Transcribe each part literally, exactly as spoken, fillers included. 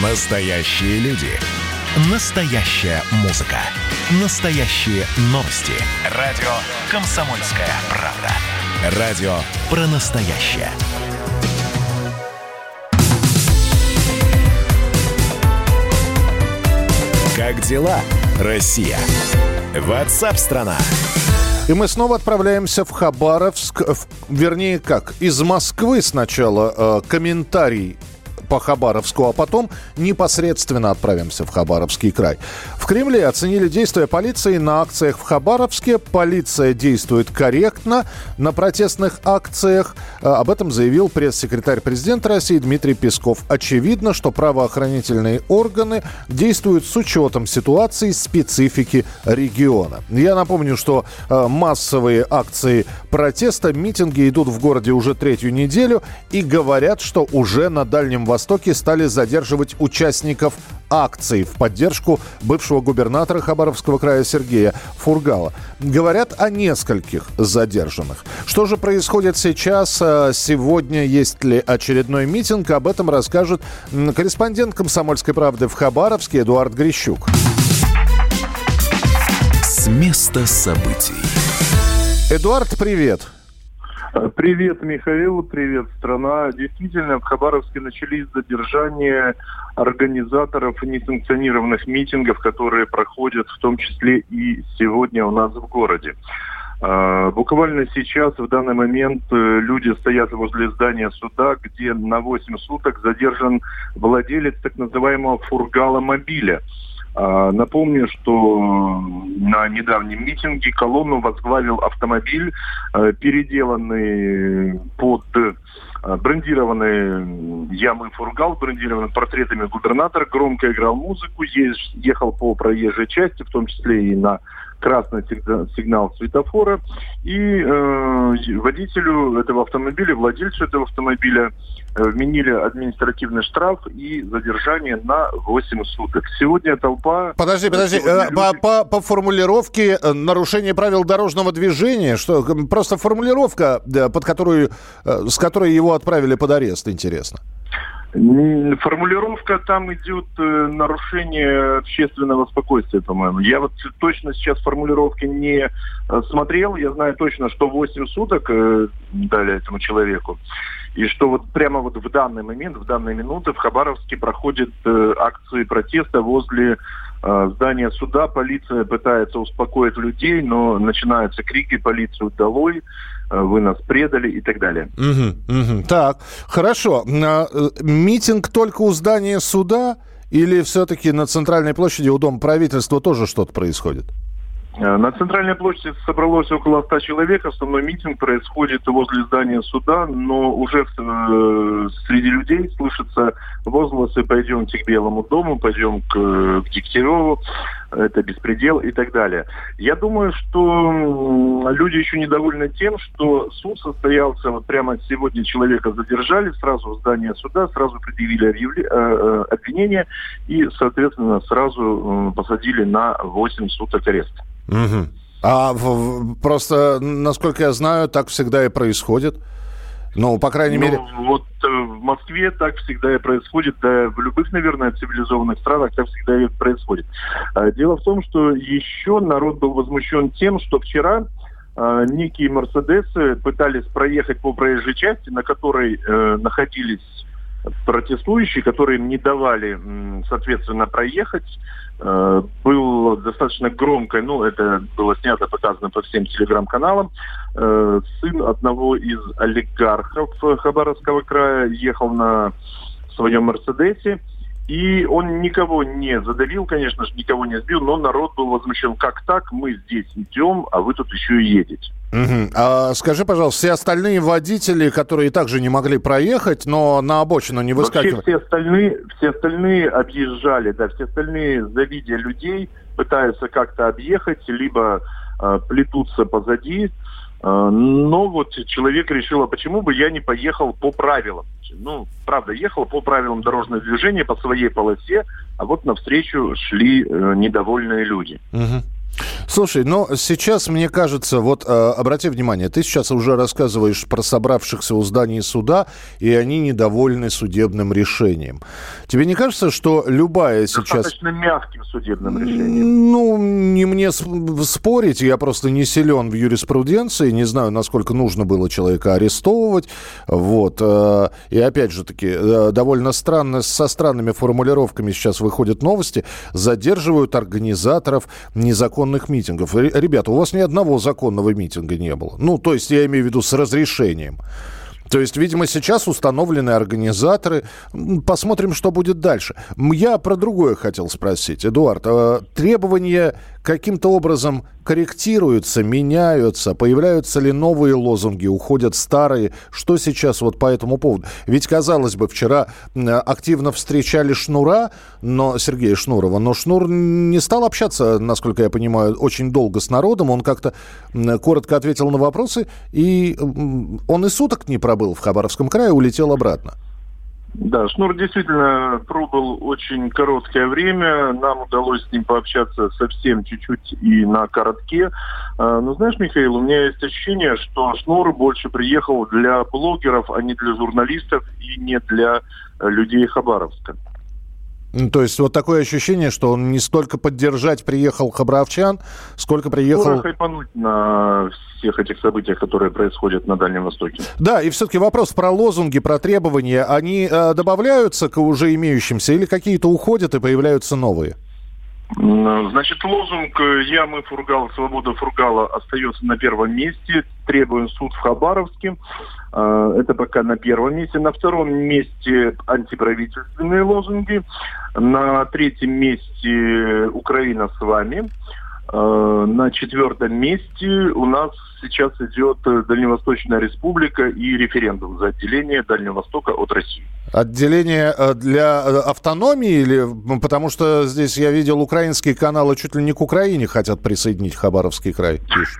Настоящие люди. Настоящая музыка. Настоящие новости. Радио «Комсомольская правда». Радио про настоящее. Как дела, Россия? Ватсап-страна! И мы снова отправляемся в Хабаровск. В, вернее, как, из Москвы сначала э, комментарий по Хабаровску, а потом непосредственно отправимся в Хабаровский край. В Кремле оценили действия полиции на акциях в Хабаровске. Полиция действует корректно на протестных акциях. Об этом заявил пресс-секретарь президента России Дмитрий Песков. Очевидно, что правоохранительные органы действуют с учетом ситуации, специфики региона. Я напомню, что массовые акции протеста, митинги идут в городе уже третью неделю и говорят, что уже на Дальнем Востоке Востоке стали задерживать участников акций в поддержку бывшего губернатора Хабаровского края Сергея Фургала. Говорят о нескольких задержанных. Что же происходит сейчас? Сегодня есть ли очередной митинг? Об этом расскажет корреспондент «Комсомольской правды» в Хабаровске Эдуард Грищук. С места событий. Эдуард, привет. Привет, Михаил, привет, страна. Действительно, в Хабаровске начались задержания организаторов несанкционированных митингов, которые проходят в том числе и сегодня у нас в городе. Буквально сейчас, в данный момент, люди стоят возле здания суда, где на восемь суток задержан владелец так называемого фургала-мобиля. Напомню, что на недавнем митинге колонну возглавил автомобиль, переделанный под брендированные ямы «Фургал», брендированный портретами губернатора, громко играл музыку, ехал по проезжей части, в том числе и на красный сигнал светофора. И э, водителю этого автомобиля, владельцу этого автомобиля э, вменили административный штраф и задержание на восемь суток. Сегодня толпа... Подожди, подожди. Сегодня люди... по, по, по формулировке нарушение правил дорожного движения, что просто формулировка, под которую, с которой его отправили под арест, интересно. Формулировка там идет э, нарушение общественного спокойствия, по-моему. Я вот точно сейчас формулировки не э, смотрел. Я знаю точно, что восемь суток э, дали этому человеку. И что вот прямо вот в данный момент, в данные минуты в Хабаровске проходят э, акции протеста возле э, здания суда. Полиция пытается успокоить людей, но начинаются крики «полицию долой», «вы нас предали» и так далее. Угу, угу. Так, хорошо. Митинг только у здания суда или все-таки на центральной площади у Дома правительства тоже что-то происходит? На центральной площади собралось около ста человек. Основной митинг происходит возле здания суда, но уже э, среди людей слышатся возгласы «пойдемте к Белому дому», «пойдем к, к Дегтяреву», «это беспредел» и так далее. Я думаю, что люди еще недовольны тем, что суд состоялся, вот прямо сегодня человека задержали, сразу в здание суда, сразу предъявили объявле, э, обвинение и, соответственно, сразу э, посадили на восемь суток ареста. Угу. А в, просто, насколько я знаю, так всегда и происходит. Ну, по крайней ну, мере... Вот э, в Москве так всегда и происходит, да, в любых, наверное, цивилизованных странах так всегда и происходит. А, дело в том, что еще народ был возмущен тем, что вчера э, некие мерседесы пытались проехать по проезжей части, на которой э, находились протестующие, которые им не давали, соответственно, проехать. Был достаточно громко, ну, это было снято, показано по всем телеграм-каналам. Сын одного из олигархов Хабаровского края ехал на своем «Мерседесе», и он никого не задавил, конечно же, никого не сбил, но народ был возмущен. Как так? Мы здесь идем, а вы тут еще и едете. Угу. А скажи, пожалуйста, все остальные водители, которые также не могли проехать, но на обочину не выскакивали? Вообще все остальные, все остальные объезжали, да, все остальные, завидя людей, пытаются как-то объехать, либо э, плетутся позади. Э, но вот человек решил, а почему бы я не поехал по правилам? Ну, правда, ехал по правилам дорожного движения, по своей полосе, а вот навстречу шли э, недовольные люди. Угу. Слушай, ну сейчас, мне кажется, вот э, обрати внимание, ты сейчас уже рассказываешь про собравшихся у здания суда, и они недовольны судебным решением. Тебе не кажется, что любая сейчас... Достаточно мягким судебным решением. Ну, не мне спорить, я просто не силен в юриспруденции, не знаю, насколько нужно было человека арестовывать. Вот. Э, и опять же таки, э, довольно странно, со странными формулировками сейчас выходят новости, задерживают организаторов незаконных митингов. Ребята, у вас ни одного законного митинга не было. Ну, то есть, я имею в виду с разрешением. То есть, видимо, сейчас установлены организаторы. Посмотрим, что будет дальше. Я про другое хотел спросить. Эдуард, требования каким-то образом корректируются, меняются? Появляются ли новые лозунги, уходят старые? Что сейчас вот по этому поводу? Ведь, казалось бы, вчера активно встречали Шнура, но Сергея Шнурова, но Шнур не стал общаться, насколько я понимаю, очень долго с народом. Он как-то коротко ответил на вопросы, и он и суток не пробыл в Хабаровском крае, улетел обратно. Да, Шнур действительно пробыл очень короткое время. Нам удалось с ним пообщаться совсем чуть-чуть и на коротке. Но знаешь, Михаил, у меня есть ощущение, что Шнур больше приехал для блогеров, а не для журналистов и не для людей Хабаровска. То есть вот такое ощущение, что он не столько поддержать приехал хабаровчан, сколько приехал... Скоро хайпануть на всех этих событиях, которые происходят на Дальнем Востоке. Да, и все-таки вопрос про лозунги, про требования. Они э, добавляются к уже имеющимся или какие-то уходят и появляются новые? Значит, лозунг «Я, мы, Фургал, свобода Фургала» остается на первом месте. Требуем суд в Хабаровске. Это пока на первом месте. На втором месте антиправительственные лозунги. На третьем месте «Украина с вами». На четвертом месте у нас сейчас идет Дальневосточная Республика и референдум за отделение Дальнего Востока от России. Отделение для автономии или... Потому что здесь я видел, украинские каналы чуть ли не к Украине хотят присоединить Хабаровский край, пишут.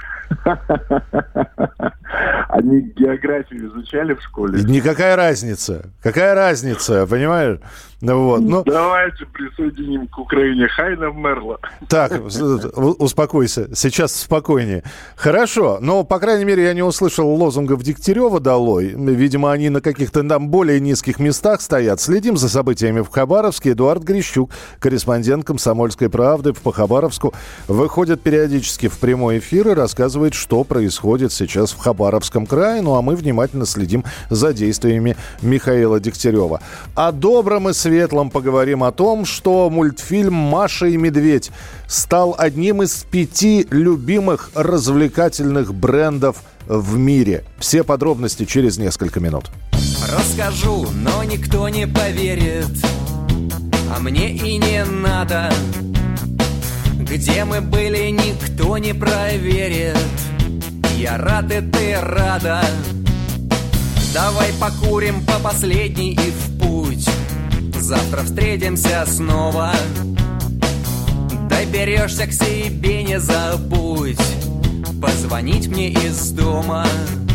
Они географию изучали в школе? Никакая разница. Какая разница, понимаешь? Вот. Ну, давайте присоединим к Украине. Хайна вмерла. Так, успокойся. Сейчас спокойнее. Хорошо, но, по крайней мере, я не услышал лозунгов Дегтярева долой. Видимо, они на каких-то там более низких местах стоят. Следим за событиями в Хабаровске. Эдуард Грищук, корреспондент «Комсомольской правды» по Хабаровску, выходит периодически в прямой эфир и рассказывает, что происходит сейчас в Хабаровском крае. Ну, а мы внимательно следим за действиями Михаила Дегтярева. О добром и светлом поговорим, о том, что мультфильм «Маша и медведь» стал одним из пяти любимых развлекательных брендов в мире. Все подробности через несколько минут. Расскажу, но никто не поверит, а мне и не надо. Где мы были, никто не проверит. Я рад, и ты рада. Давай покурим по последней и в путь. Завтра встретимся снова. Доберешься к себе, не забудь позвонить мне из дома.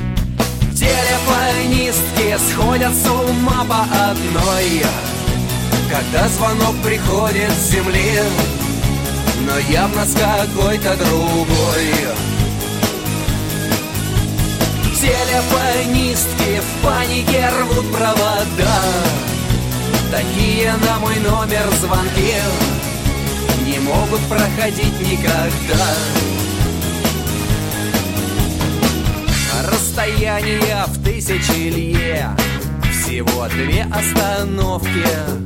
Телефонистки сходят с ума по одной, когда звонок приходит с земли, но явно с какой-то другой. Телефонистки в панике рвут провода. Такие на мой номер звонки не могут проходить никогда. Расстояние в тысячи лье, всего две остановки.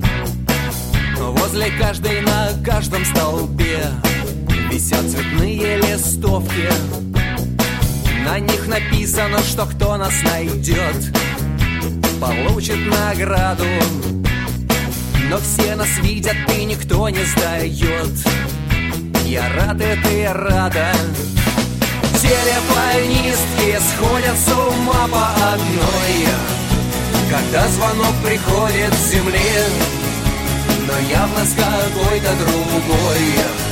Возле каждой на каждом столбе висят цветные листовки. На них написано, что кто нас найдет, получит награду. Но все нас видят, и никто не сдает. Я рад, и ты рада. Телефонистки сходят с ума по одной, когда звонок приходит с земли, но явно с какой-то другой.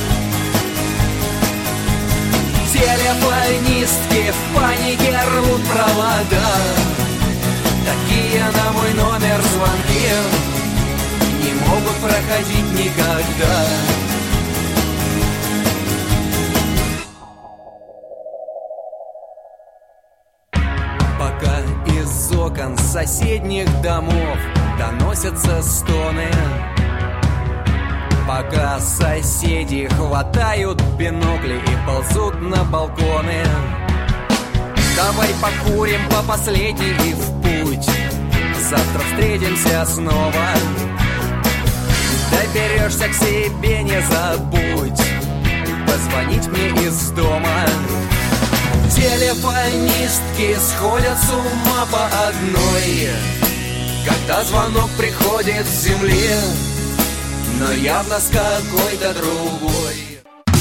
Телефонистки в панике рвут провода. Такие на мой номер звонки не могут проходить никогда. соседних домов доносятся стоны, пока соседи хватают бинокли и ползут на балконы. Давай покурим по последней и в путь, завтра встретимся снова. Доберешься к себе, не забудь позвонить мне из дома. Телефонистки сходят с ума по одной, когда звонок приходит с земли, но явно с какой-то другой.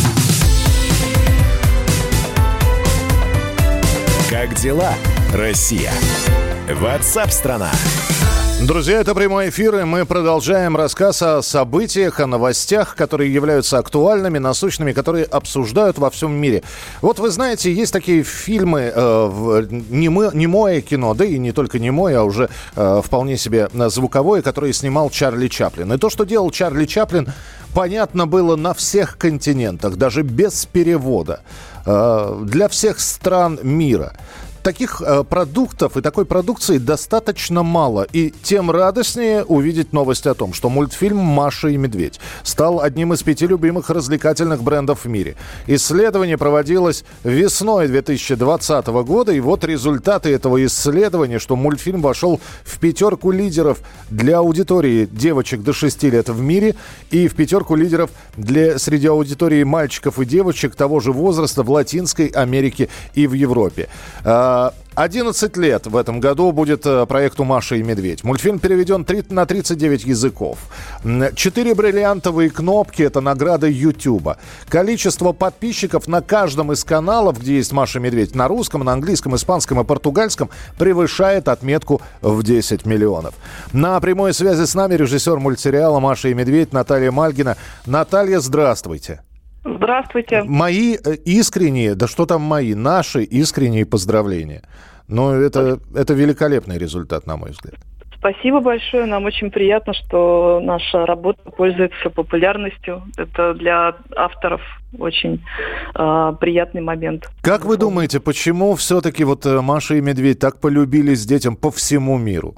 Как дела, Россия? Ватсап-страна! Друзья, это прямой эфир, и мы продолжаем рассказ о событиях, о новостях, которые являются актуальными, насущными, которые обсуждают во всем мире. Вот вы знаете, есть такие фильмы, э, немое, немое кино, да и не только немое, а уже э, вполне себе звуковое, которые снимал Чарли Чаплин. И то, что делал Чарли Чаплин, понятно было на всех континентах, даже без перевода, э, для всех стран мира. Таких э, продуктов и такой продукции достаточно мало. И тем радостнее увидеть новость о том, что мультфильм «Маша и медведь» стал одним из пяти любимых развлекательных брендов в мире. Исследование проводилось весной две тысячи двадцатого года. И вот результаты этого исследования, что мультфильм вошел в пятерку лидеров для аудитории девочек до шести лет в мире и в пятерку лидеров для, среди аудитории мальчиков и девочек того же возраста в Латинской Америке и в Европе. одиннадцать лет в этом году будет проекту «Маша и медведь». Мультфильм переведен на тридцать девять языков. Четыре бриллиантовые кнопки – это награда Ютуба. Количество подписчиков на каждом из каналов, где есть «Маша и медведь», на русском, на английском, испанском и португальском, превышает отметку в десять миллионов. На прямой связи с нами режиссер мультсериала «Маша и медведь» Наталья Мальгина. Наталья, здравствуйте. Здравствуйте. Мои искренние, да что там мои, наши искренние поздравления. Но это, это великолепный результат, на мой взгляд. Спасибо большое. Нам очень приятно, что наша работа пользуется популярностью. Это для авторов очень э, приятный момент. Как вы думаете, почему все-таки вот «Маша и медведь» так полюбились детям по всему миру?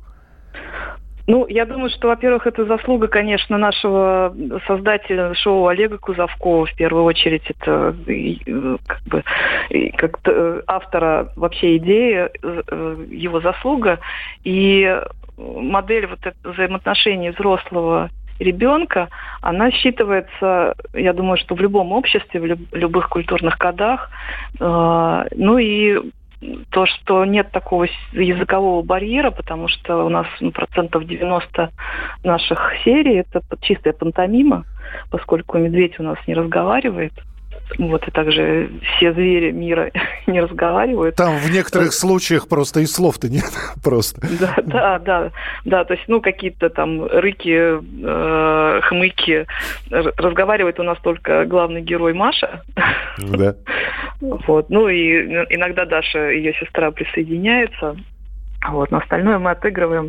Ну, я думаю, что, во-первых, это заслуга, конечно, нашего создателя шоу Олега Кузовкова, в первую очередь, это как бы как автора вообще идеи, его заслуга. И модель вот взаимоотношений взрослого ребенка, она считывается, я думаю, что в любом обществе, в любых культурных кодах. Ну и то, что нет такого языкового барьера, потому что у нас ну, процентов девяносто наших серий это чистая пантомима, поскольку медведь у нас не разговаривает. Вот, и также все звери мира не разговаривают. Там в некоторых случаях просто и слов-то нет. Просто. Да, да, да. Да, то есть, ну, какие-то там рыки, э, хмыки. Разговаривает у нас только главный герой Маша. Да. Вот. Ну, и иногда Даша, ее сестра, присоединяется. Вот. Но остальное мы отыгрываем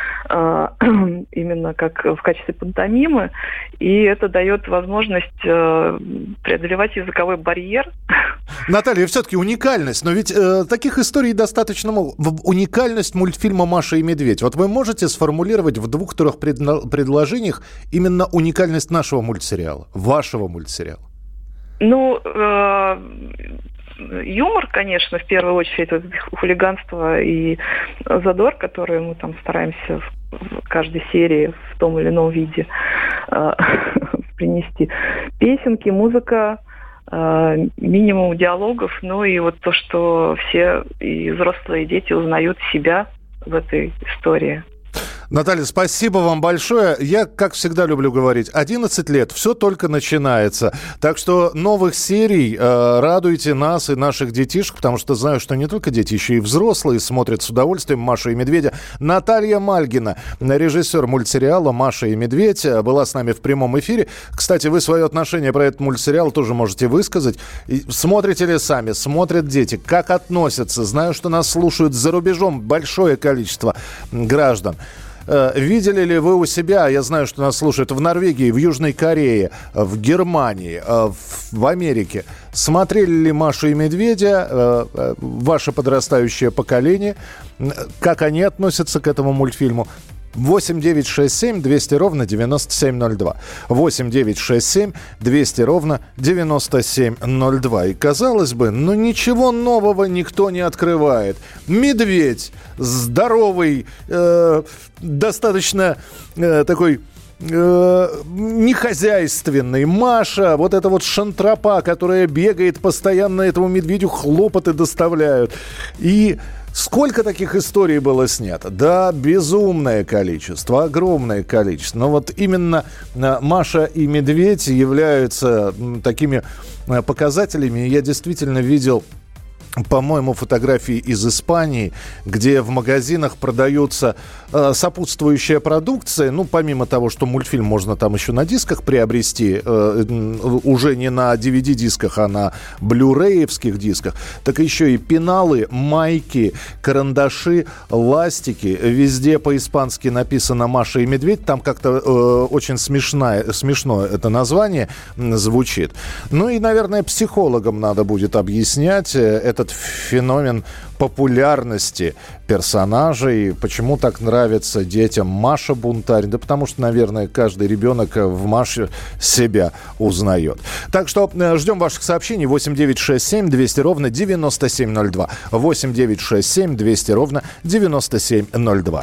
именно как в качестве пантомимы, и это дает возможность преодолевать языковой барьер. Наталья, все-таки уникальность, но ведь э, таких историй достаточно много. Уникальность мультфильма «Маша и медведь». Вот вы можете сформулировать в двух-трех предна- предложениях именно уникальность нашего мультсериала, вашего мультсериала? Ну, э- юмор, конечно, в первую очередь, это хулиганство и задор, который мы там стараемся в каждой серии в том или ином виде э, принести. Песенки, музыка, э, минимум диалогов, ну и вот то, что все и взрослые, и дети узнают себя в этой истории. Наталья, спасибо вам большое. Я, как всегда, люблю говорить, одиннадцать лет, все только начинается. Так что новых серий э, радуйте нас и наших детишек, потому что знаю, что не только дети, еще и взрослые смотрят с удовольствием «Машу и медведя». Наталья Мальгина, режиссер мультсериала «Маша и медведь», была с нами в прямом эфире. Кстати, вы свое отношение про этот мультсериал тоже можете высказать. И смотрите ли сами, смотрят дети, как относятся? Знаю, что нас слушают за рубежом большое количество граждан. Э, видели ли вы у себя, я знаю, что нас слушают в Норвегии, в Южной Корее, в Германии, э, в, в Америке. Смотрели ли «Машу и медведя», э, э, ваше подрастающее поколение? Как они относятся к этому мультфильму? восемь девять шесть семь двести ровно девяносто семь ноль два. восемь девять шесть семь двести ровно девяносто семь ноль два. И казалось бы, ну ничего нового никто не открывает. Медведь здоровый, э, достаточно э, такой... нехозяйственный. Маша, вот эта вот шантропа, которая бегает постоянно, этому медведю хлопоты доставляют. И сколько таких историй было снято? Да, безумное количество, огромное количество. Но вот именно Маша и медведь являются такими показателями. Я действительно видел, по-моему, фотографии из Испании, где в магазинах продаются э, сопутствующая продукция. Ну, помимо того, что мультфильм можно там еще на дисках приобрести, э, уже не на ди ви ди-дисках, а на блю-реевских дисках, так еще и пеналы, майки, карандаши, ластики. Везде по-испански написано «Маша и медведь». Там как-то э, очень смешное, смешно это название звучит. Ну и, наверное, психологам надо будет объяснять это, этот феномен популярности персонажей. Почему так нравится детям Маша Бунтарь? Да потому что, наверное, каждый ребенок в Маше себя узнает. Так что ждем ваших сообщений. восемь девять шесть семь двести ровно девяносто семь ноль два. восемь девять шесть семь двести ровно девяносто семь ноль два.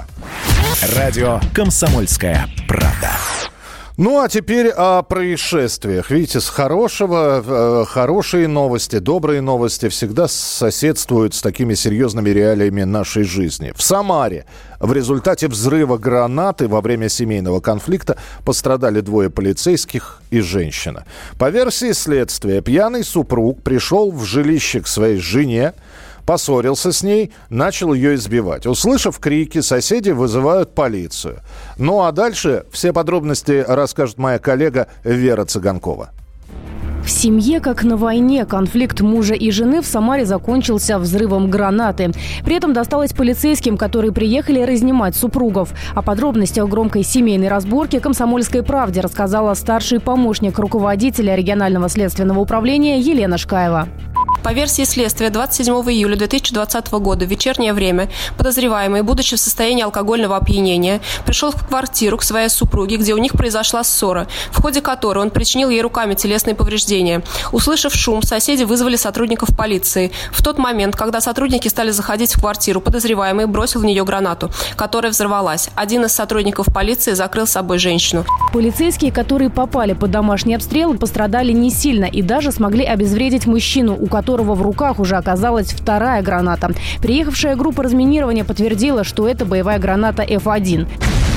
Радио «Комсомольская правда». Ну, а теперь о происшествиях. Видите, с хорошего, э, хорошие новости, добрые новости всегда соседствуют с такими серьезными реалиями нашей жизни. В Самаре в результате взрыва гранаты во время семейного конфликта пострадали двое полицейских и женщина. По версии следствия, пьяный супруг пришел в жилище к своей жене, поссорился с ней, начал ее избивать. Услышав крики, соседи вызывают полицию. Ну а дальше все подробности расскажет моя коллега Вера Цыганкова. В семье, как на войне, конфликт мужа и жены в Самаре закончился взрывом гранаты. При этом досталось полицейским, которые приехали разнимать супругов. О подробностях громкой семейной разборки «Комсомольской правде» рассказала старший помощник руководителя регионального следственного управления Елена Шкаева. По версии следствия, двадцать седьмого июля две тысячи двадцатого года в вечернее время подозреваемый, будучи в состоянии алкогольного опьянения, пришел в квартиру к своей супруге, где у них произошла ссора, в ходе которой он причинил ей руками телесные повреждения. Услышав шум, соседи вызвали сотрудников полиции. В тот момент, когда сотрудники стали заходить в квартиру, подозреваемый бросил в нее гранату, которая взорвалась. Один из сотрудников полиции закрыл с собой женщину. Полицейские, которые попали под домашний обстрел, пострадали не сильно и даже смогли обезвредить мужчину, у которого в руках уже оказалась вторая граната. Приехавшая группа разминирования подтвердила, что это боевая граната эф один.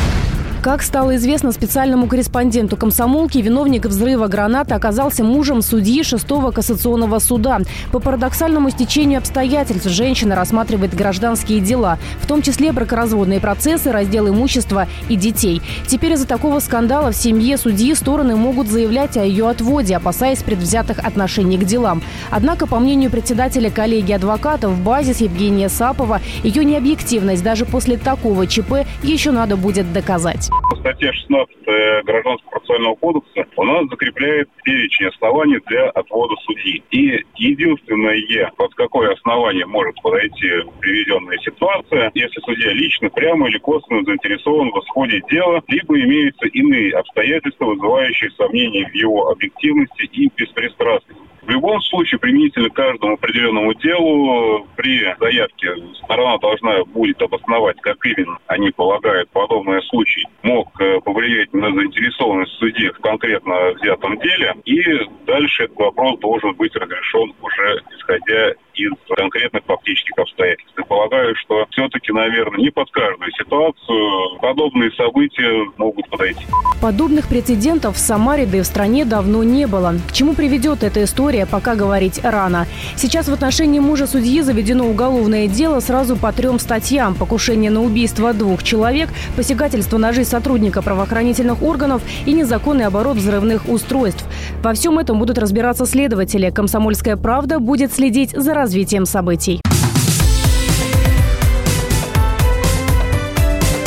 Как стало известно специальному корреспонденту «Комсомолки», виновник взрыва гранаты оказался мужем судьи шестого кассационного суда. По парадоксальному стечению обстоятельств женщина рассматривает гражданские дела, в том числе бракоразводные процессы, раздел имущества и детей. Теперь из-за такого скандала в семье судьи стороны могут заявлять о ее отводе, опасаясь предвзятых отношений к делам. Однако, по мнению председателя коллегии адвокатов «Базис» Евгения Сапова, ее необъективность даже после такого ЧП еще надо будет доказать. Статья шестнадцатая Гражданского процессуального кодекса у нас закрепляет перечень оснований для отвода судьи. И единственное, под какое основание может подойти приведенная ситуация, если судья лично, прямо или косвенно заинтересован в исходе дела, либо имеются иные обстоятельства, вызывающие сомнения в его объективности и беспристрастности. В любом случае, применительно к каждому определенному делу, при заявке сторона должна будет обосновать, как именно они полагают подобный случай мог повлиять на заинтересованность судьи в конкретно взятом деле, и дальше этот вопрос должен быть разрешен уже исходя из конкретных фактических обстоятельств. И полагаю, что все-таки, наверное, не под каждую ситуацию подобные события могут подойти. Подобных прецедентов в Самаре, да и в стране давно не было. К чему приведет эта история, пока говорить рано. Сейчас в отношении мужа судьи заведено уголовное дело сразу по трем статьям: покушение на убийство двух человек, посягательство на жизнь сотрудника правоохранительных органов и незаконный оборот взрывных устройств. Во всем этом будут разбираться следователи. «Комсомольская правда» будет следить за развитием событий. Как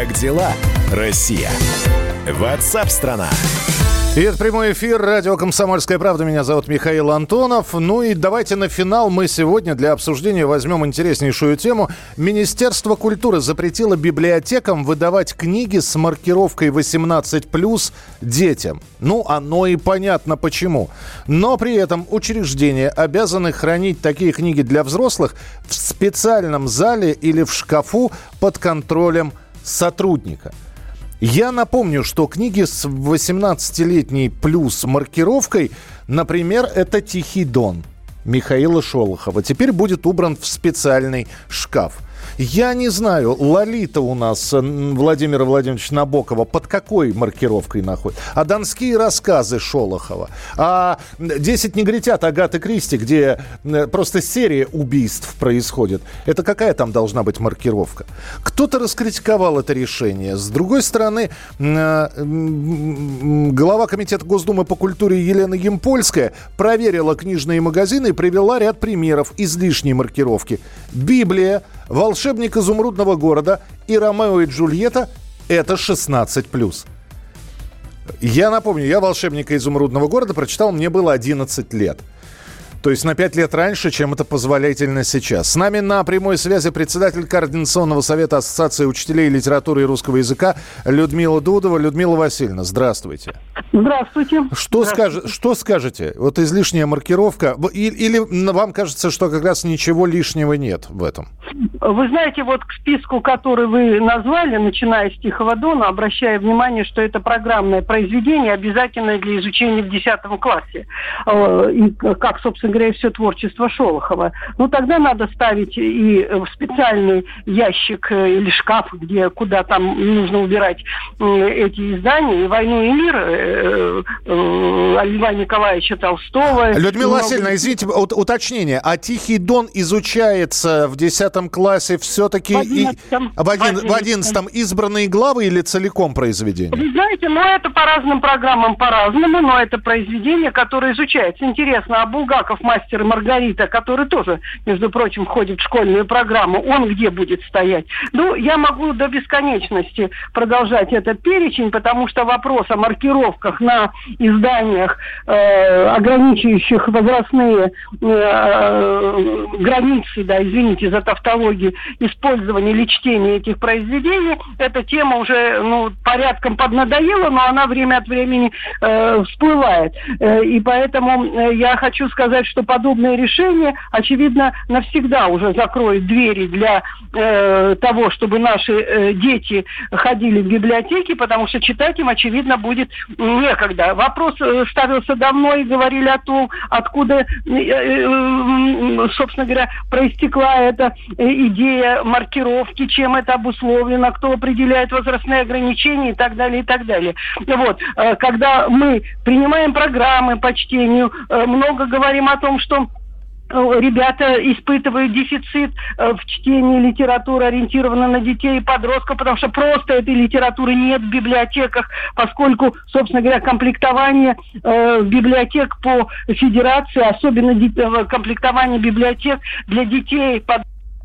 Как дела, Россия? Ватсап-страна! И это прямой эфир. Радио «Комсомольская правда». Меня зовут Михаил Антонов. Ну и давайте на финал мы сегодня для обсуждения возьмем интереснейшую тему. Министерство культуры запретило библиотекам выдавать книги с маркировкой восемнадцать плюс детям. Ну, оно и понятно почему. Но при этом учреждения обязаны хранить такие книги для взрослых в специальном зале или в шкафу под контролем сотрудника. Я напомню, что книги с восемнадцатилетней плюс маркировкой, например, это «Тихий Дон» Михаила Шолохова, теперь будет убран в специальный шкаф. Я не знаю, «Лолита» у нас Владимира Владимировича Набокова под какой маркировкой находится? А «Донские рассказы» Шолохова? А «Десять негритят» Агаты Кристи, где просто серия убийств происходит. Это какая там должна быть маркировка? Кто-то раскритиковал это решение. С другой стороны, глава Комитета Госдумы по культуре Елена Ямпольская проверила книжные магазины и привела ряд примеров излишней маркировки. Библия, «Волшебник изумрудного города» и «Ромео и Джульетта» — это шестнадцать плюс. Я напомню, я «Волшебника изумрудного города» прочитал, мне было одиннадцать лет. То есть на пять лет раньше, чем это позволительно сейчас. С нами на прямой связи председатель Координационного совета Ассоциации учителей литературы и русского языка Людмила Дудова. Людмила Васильевна, здравствуйте. Здравствуйте. Что, Здравствуйте. Скаж, что скажете? Вот излишняя маркировка. Или вам кажется, что как раз ничего лишнего нет в этом? Вы знаете, вот к списку, который вы назвали, начиная с «Тихого Дона», обращая внимание, что это программное произведение, обязательное для изучения в десятом классе. И как, собственно говоря, все творчество Шолохова. Ну, тогда надо ставить и в специальный ящик или шкаф, где, куда там нужно убирать эти издания, и «Войну и мир» Льва Николаевича Толстого. Людмила Васильевна, извините, уточнение. А «Тихий Дон» изучается в десятом классе все-таки в одиннадцатом, и... в одиннадцатом. В одиннадцатом избранные главы или целиком произведение? Вы знаете, ну это по разным программам по-разному, но это произведение, которое изучается. Интересно, а Булгаков «Мастер и Маргарита», который тоже, между прочим, входит в школьную программу, он где будет стоять? Ну, я могу до бесконечности продолжать этот перечень, потому что вопрос о маркировках на изданиях, э, ограничивающих возрастные э, границы, да, извините за тавтологию, использования или чтения этих произведений, эта тема уже, ну, порядком поднадоела, но она время от времени э, всплывает. Э, и поэтому э, я хочу сказать, что подобное решение, очевидно, навсегда уже закроет двери для э, того, чтобы наши э, дети ходили в библиотеки, потому что читать им, очевидно, будет некогда. Вопрос э, ставился давно, и говорили о том, откуда, э, э, собственно говоря, проистекла эта идея маркировки, чем это обусловлено, кто определяет возрастные ограничения и так далее, и так далее. Вот. Э, когда мы принимаем программы по чтению, э, много говорим о том, что ребята испытывают дефицит в чтении литературы, ориентированной на детей и подростков, потому что просто этой литературы нет в библиотеках, поскольку, собственно говоря, комплектование э, библиотек по федерации, особенно ди- комплектование библиотек для детей под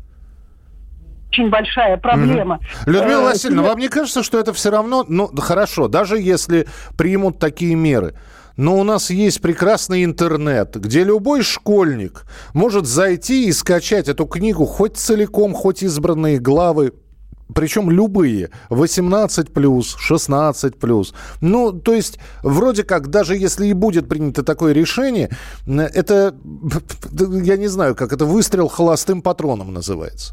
очень большая проблема. Mm-hmm. Людмила Васильевна, вам не кажется, что это все равно, ну, хорошо, даже если примут такие меры, но у нас есть прекрасный интернет, где любой школьник может зайти и скачать эту книгу хоть целиком, хоть избранные главы, причем любые, восемнадцать плюс, шестнадцать плюс. Ну, то есть, вроде как, даже если и будет принято такое решение, это, я не знаю, как это, выстрел холостым патроном называется.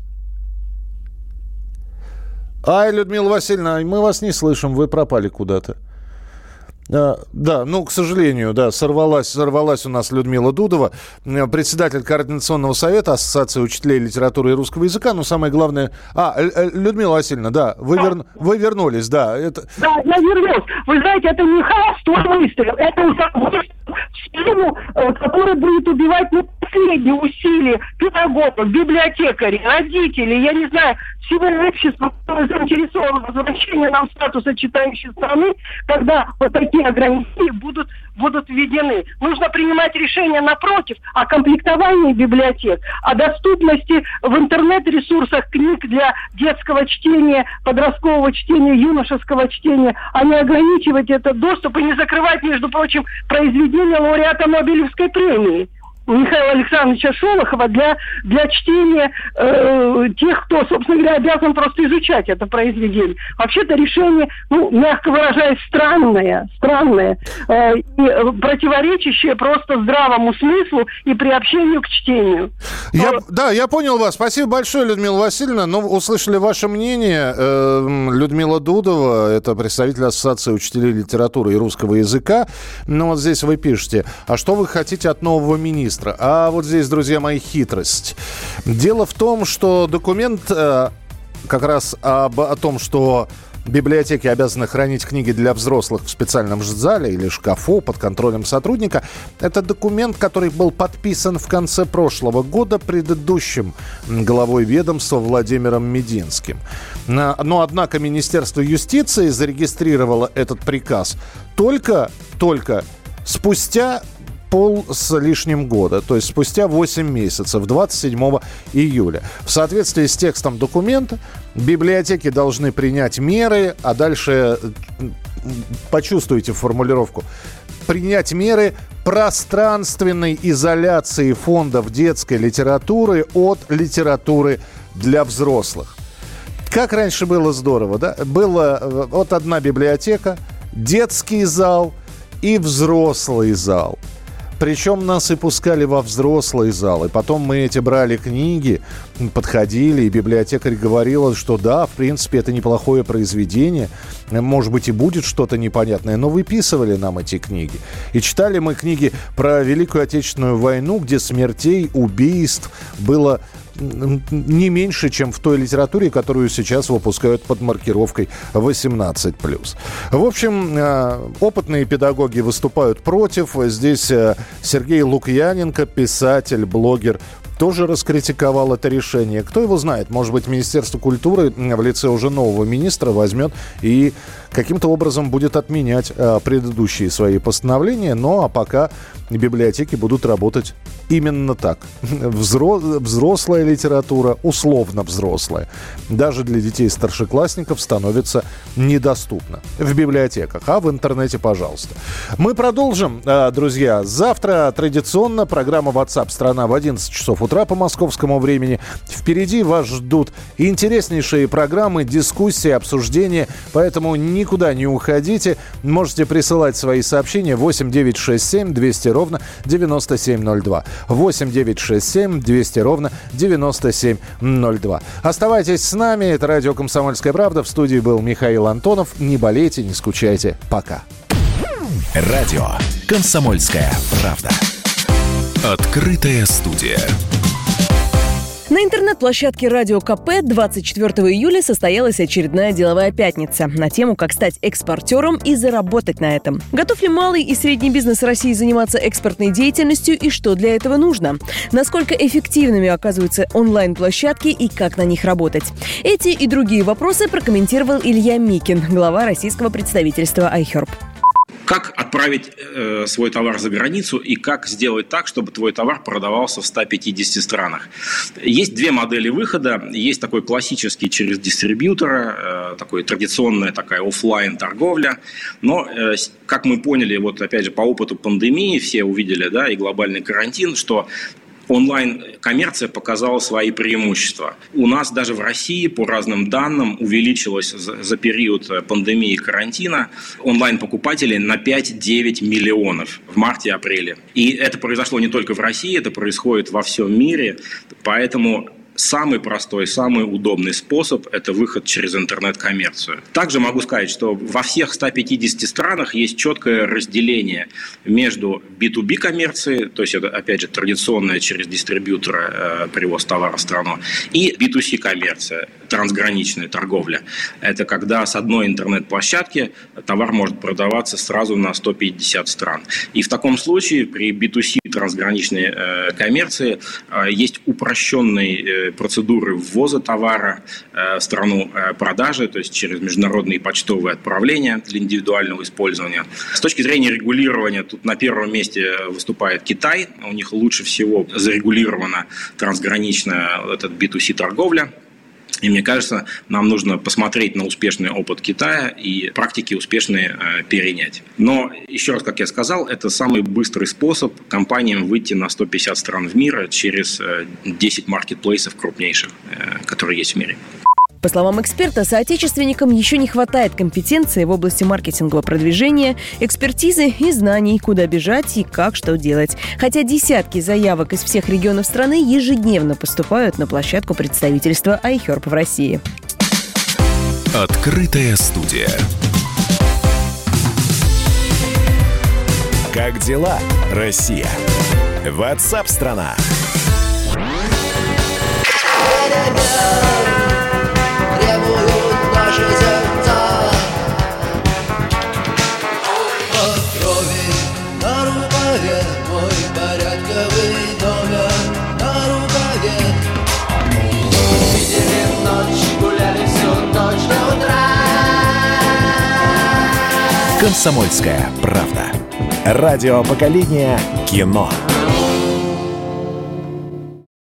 Ай, Людмила Васильевна, мы вас не слышим, вы пропали куда-то. А, да, ну, к сожалению, да, сорвалась, сорвалась у нас Людмила Дудова, председатель Координационного совета Ассоциации учителей литературы и русского языка. Но самое главное... А, Людмила Васильевна, да, вы, вер... вы вернулись, да. Это... Да, я вернулась. Вы знаете, это не холостой выстрел, это выстрел в спину, который будет убивать на последнем последние усилия педагогов, библиотекарей, родителей, я не знаю, всего общества, которое заинтересовано в возвращении нам статуса читающей страны, когда вот такие ограничения будут, будут введены. Нужно принимать решения напротив о комплектовании библиотек, о доступности в интернет-ресурсах книг для детского чтения, подросткового чтения, юношеского чтения, а не ограничивать этот доступ и не закрывать, между прочим, произведения лауреата Нобелевской премии Михаила Александровича Шолохова для, для чтения э, тех, кто, собственно говоря, обязан просто изучать это произведение. Вообще-то решение, ну, мягко выражаясь, странное, странное э, и противоречащее просто здравому смыслу и приобщению к чтению. Я, Но... Да, я понял вас. Спасибо большое, Людмила Васильевна. Ну, услышали ваше мнение. Э, Людмила Дудова, это представитель Ассоциации учителей литературы и русского языка. Ну, вот здесь вы пишете, а что вы хотите от нового министра? А вот здесь, друзья мои, хитрость. Дело в том, что документ э, как раз об, о том, что библиотеки обязаны хранить книги для взрослых в специальном зале или шкафу под контролем сотрудника. Это документ, который был подписан в конце прошлого года предыдущим главой ведомства Владимиром Мединским. Но, однако, Министерство юстиции зарегистрировало этот приказ только, только спустя пол с лишним года, то есть спустя восемь месяцев, двадцать седьмого июля. В соответствии с текстом документа библиотеки должны принять меры, а дальше почувствуйте формулировку, принять меры пространственной изоляции фондов детской литературы от литературы для взрослых. Как раньше было здорово, да? Была вот одна библиотека, детский зал и взрослый зал. Причем нас и пускали во взрослый зал. И потом мы эти брали книги, подходили, и библиотекарь говорила, что да, в принципе, это неплохое произведение. Может быть, и будет что-то непонятное. Но выписывали нам эти книги. И читали мы книги про Великую Отечественную войну, где смертей, убийств было не меньше, чем в той литературе, которую сейчас выпускают под маркировкой восемнадцать плюс. В общем, опытные педагоги выступают против. Здесь Сергей Лукьяненко, писатель, блогер, тоже раскритиковал это решение. Кто его знает, может быть, Министерство культуры в лице уже нового министра возьмет и каким-то образом будет отменять а, предыдущие свои постановления. Ну, а пока библиотеки будут работать именно так. Взро- взрослая литература, условно взрослая, даже для детей-старшеклассников становится недоступна в библиотеках, а в интернете, пожалуйста. Мы продолжим, а, друзья. Завтра традиционно программа WhatsApp «Страна» в одиннадцать часов утра по московскому времени. Впереди вас ждут интереснейшие программы, дискуссии, обсуждения, поэтому никуда не уходите. Можете присылать свои сообщения восемь девятьсот шестьдесят семь двести ровно девяносто семь ноль два. восемь девятьсот шестьдесят семь двести ровно девяносто семь ноль два. Оставайтесь с нами. Это радио «Комсомольская правда». В студии был Михаил Антонов. Не болейте, не скучайте. Пока. Радио «Комсомольская правда». Открытая студия. На интернет-площадке Радио КП двадцать четвёртого июля состоялась очередная деловая пятница на тему «Как стать экспортером и заработать на этом». Готов ли малый и средний бизнес России заниматься экспортной деятельностью и что для этого нужно? Насколько эффективными оказываются онлайн-площадки и как на них работать? Эти и другие вопросы прокомментировал Илья Микин, глава российского представительства iHerb. Как отправить э, свой товар за границу и как сделать так, чтобы твой товар продавался в ста пятидесяти странах? Есть две модели выхода. Есть такой классический через дистрибьютора, э, такой традиционная такая офлайн торговля. Но, э, как мы поняли, вот опять же по опыту пандемии, все увидели, да, и глобальный карантин, что онлайн-коммерция показала свои преимущества. У нас даже в России, по разным данным, увеличилось за, за период пандемии и карантина онлайн-покупателей на пять-девять миллионов в марте-апреле. И это произошло не только в России, это происходит во всем мире. Поэтому самый простой, самый удобный способ – это выход через интернет-коммерцию. Также могу сказать, что во всех ста пятидесяти странах есть четкое разделение между би ту би коммерцией, то есть это, опять же, традиционная через дистрибьютора э, привоз товара в страну, и би ту си коммерция. трансграничная торговля. Это когда с одной интернет-площадки товар может продаваться сразу на сто пятьдесят стран. И в таком случае при би ту си трансграничной э, коммерции э, есть упрощенные э, процедуры ввоза товара э, в страну э, продажи, то есть через международные почтовые отправления для индивидуального использования. С точки зрения регулирования тут на первом месте выступает Китай. У них лучше всего зарегулирована трансграничная этот би ту си торговля. И мне кажется, нам нужно посмотреть на успешный опыт Китая и практики успешные э, перенять. Но, еще раз, как я сказал, это самый быстрый способ компаниям выйти на сто пятьдесят стран в мире через э, десять маркетплейсов крупнейших, э, которые есть в мире. По словам эксперта, соотечественникам еще не хватает компетенции в области маркетингового продвижения, экспертизы и знаний, куда бежать и как что делать. Хотя десятки заявок из всех регионов страны ежедневно поступают на площадку представительства iHerb в России. Открытая студия. Как дела, Россия? WhatsApp-страна. «Комсомольская правда». Радио поколения кино.